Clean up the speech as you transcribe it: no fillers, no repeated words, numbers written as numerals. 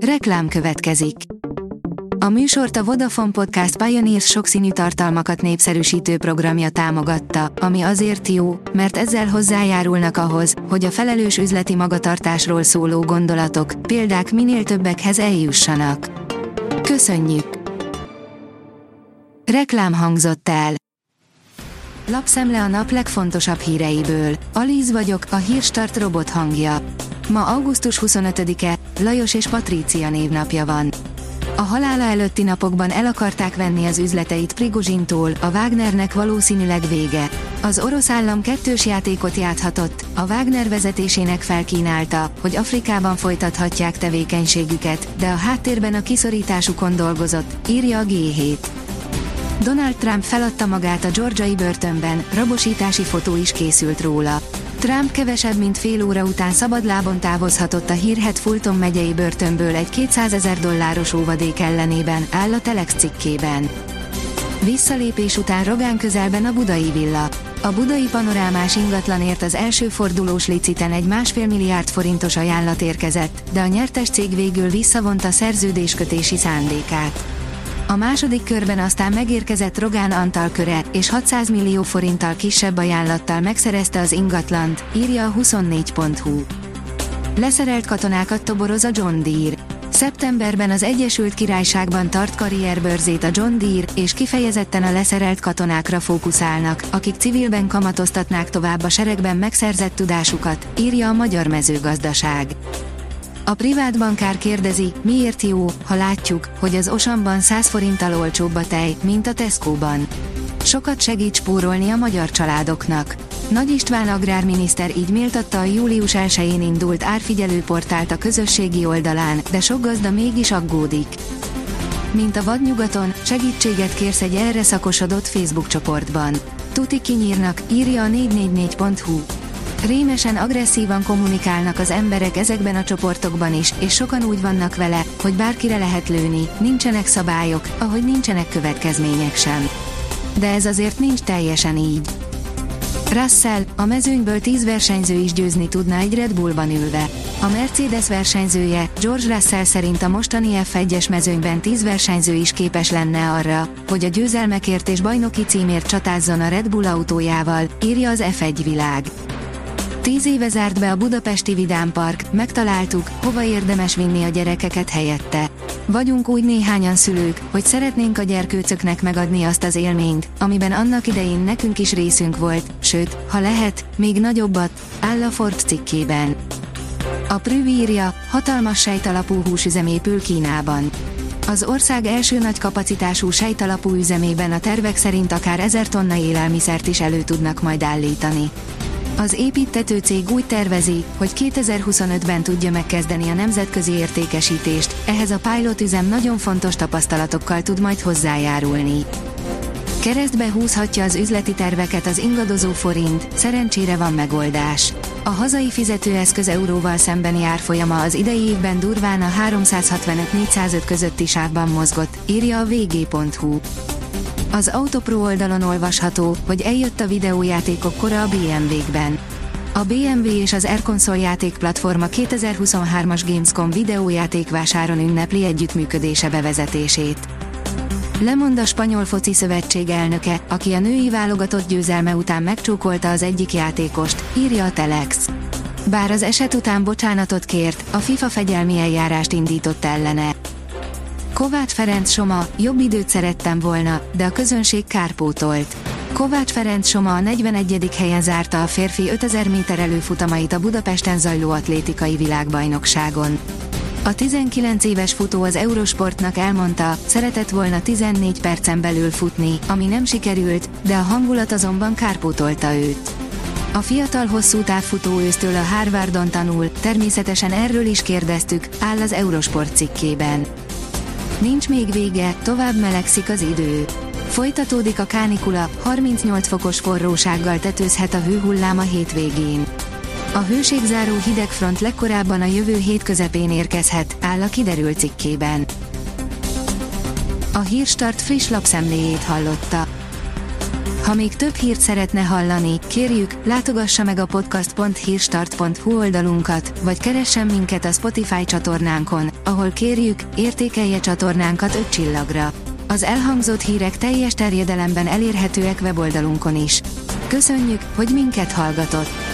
Reklám következik. A műsort a Vodafone Podcast Pioneers sokszínű tartalmakat népszerűsítő programja támogatta, ami azért jó, mert ezzel hozzájárulnak ahhoz, hogy a felelős üzleti magatartásról szóló gondolatok, példák minél többekhez eljussanak. Köszönjük! Reklám hangzott el. Lapszemle a nap legfontosabb híreiből. Alíz vagyok, a Hírstart robot hangja. Ma augusztus 25-e, Lajos és Patrícia névnapja van. A halála előtti napokban el akarták venni az üzleteit Prigozsintól, a Wagnernek valószínűleg vége. Az orosz állam kettős játékot játhatott, a Wagner vezetésének felkínálta, hogy Afrikában folytathatják tevékenységüket, de a háttérben a kiszorításukon dolgozott, írja a G7. Donald Trump feladta magát a georgiai börtönben, rabosítási fotó is készült róla. Trump kevesebb mint fél óra után szabadlábon távozhatott a hírhedt Fulton megyei börtönből egy $200,000 óvadék ellenében, áll a Telex cikkében. Visszalépés után Rogán közelben a budai villa. A budai panorámás ingatlanért az első fordulós liciten egy $1,5 milliárd forintos ajánlat érkezett, de a nyertes cég végül visszavonta szerződéskötési szándékát. A második körben aztán megérkezett Rogán Antal köre, és 600 millió forinttal kisebb ajánlattal megszerezte az ingatlant, írja a 24.hu. Leszerelt katonákat toboroz a John Deere. Szeptemberben az Egyesült Királyságban tart karrierbörzét a John Deere, és kifejezetten a leszerelt katonákra fókuszálnak, akik civilben kamatoztatnák tovább a seregben megszerzett tudásukat, írja a Magyar Mezőgazdaság. A privát bankár kérdezi, miért jó, ha látjuk, hogy az Osamban 100 forinttal olcsóbb a tej, mint a Tesco-ban. Sokat segít spórolni a magyar családoknak. Nagy István agrárminiszter így méltatta a július 1-én indult árfigyelő portált a közösségi oldalán, de sok gazda mégis aggódik. Mint a vadnyugaton, segítséget kérsz egy erre szakosodott Facebook csoportban. Tuti kinyírnak, írja a 444.hu. Rémesen agresszívan kommunikálnak az emberek ezekben a csoportokban is, és sokan úgy vannak vele, hogy bárkire lehet lőni, nincsenek szabályok, ahogy nincsenek következmények sem. De ez azért nincs teljesen így. Russell, a mezőnyből 10 versenyző is győzni tudna egy Red Bullban ülve. A Mercedes versenyzője, George Russell szerint a mostani F1-es mezőnyben 10 versenyző is képes lenne arra, hogy a győzelmekért és bajnoki címért csatázzon a Red Bull autójával, írja az F1 világ. 10 éve zárt be a budapesti vidámpark, megtaláltuk, hova érdemes vinni a gyerekeket helyette. Vagyunk úgy néhányan szülők, hogy szeretnénk a gyerkőcöknek megadni azt az élményt, amiben annak idején nekünk is részünk volt, sőt, ha lehet, még nagyobbat, áll a Ford cikkében. A Prüv írja, hatalmas sejtalapú húsüzem épül Kínában. Az ország első nagy kapacitású sejtalapú üzemében a tervek szerint akár 1000 tonna élelmiszert is elő tudnak majd állítani. Az építtető cég úgy tervezi, hogy 2025-ben tudja megkezdeni a nemzetközi értékesítést, ehhez a pilot üzem nagyon fontos tapasztalatokkal tud majd hozzájárulni. Keresztbe húzhatja az üzleti terveket az ingadozó forint, szerencsére van megoldás. A hazai fizetőeszköz euróval szembeni árfolyama az idei évben durván a 365-405 közötti sávban mozgott, írja a vg.hu. Az Autopro oldalon olvasható, hogy eljött a videójátékok kora a BMW-kben. A BMW és az R-Console játékplatforma 2023-as Gamescom videójátékvásáron ünnepli együttműködése bevezetését. Lemond a Spanyol Foci Szövetség elnöke, aki a női válogatott győzelme után megcsókolta az egyik játékost, írja a Telex. Bár az eset után bocsánatot kért, a FIFA fegyelmi eljárást indított ellene. Kovács Ferenc Soma, jobb időt szerettem volna, de a közönség kárpótolt. Kovács Ferenc Soma a 41. helyen zárta a férfi 5000 méter előfutamait a Budapesten zajló atlétikai világbajnokságon. A 19 éves futó az Eurosportnak elmondta, szeretett volna 14 percen belül futni, ami nem sikerült, de a hangulat azonban kárpótolta őt. A fiatal hosszú távfutó ősztől a Harvardon tanul, természetesen erről is kérdeztük, áll az Eurosport cikkében. Nincs még vége, tovább melegszik az idő. Folytatódik a kánikula, 38 fokos forrósággal tetőzhet a hőhullám a hétvégén. A hőségzáró hidegfront legkorábban a jövő hét közepén érkezhet, áll a kiderült cikkében. A Hírstart friss lapszemléjét hallotta. Ha még több hírt szeretne hallani, kérjük, látogassa meg a podcast.hírstart.hu oldalunkat, vagy keressen minket a Spotify csatornánkon, ahol kérjük, értékelje csatornánkat 5 csillagra. Az elhangzott hírek teljes terjedelemben elérhetőek weboldalunkon is. Köszönjük, hogy minket hallgatott!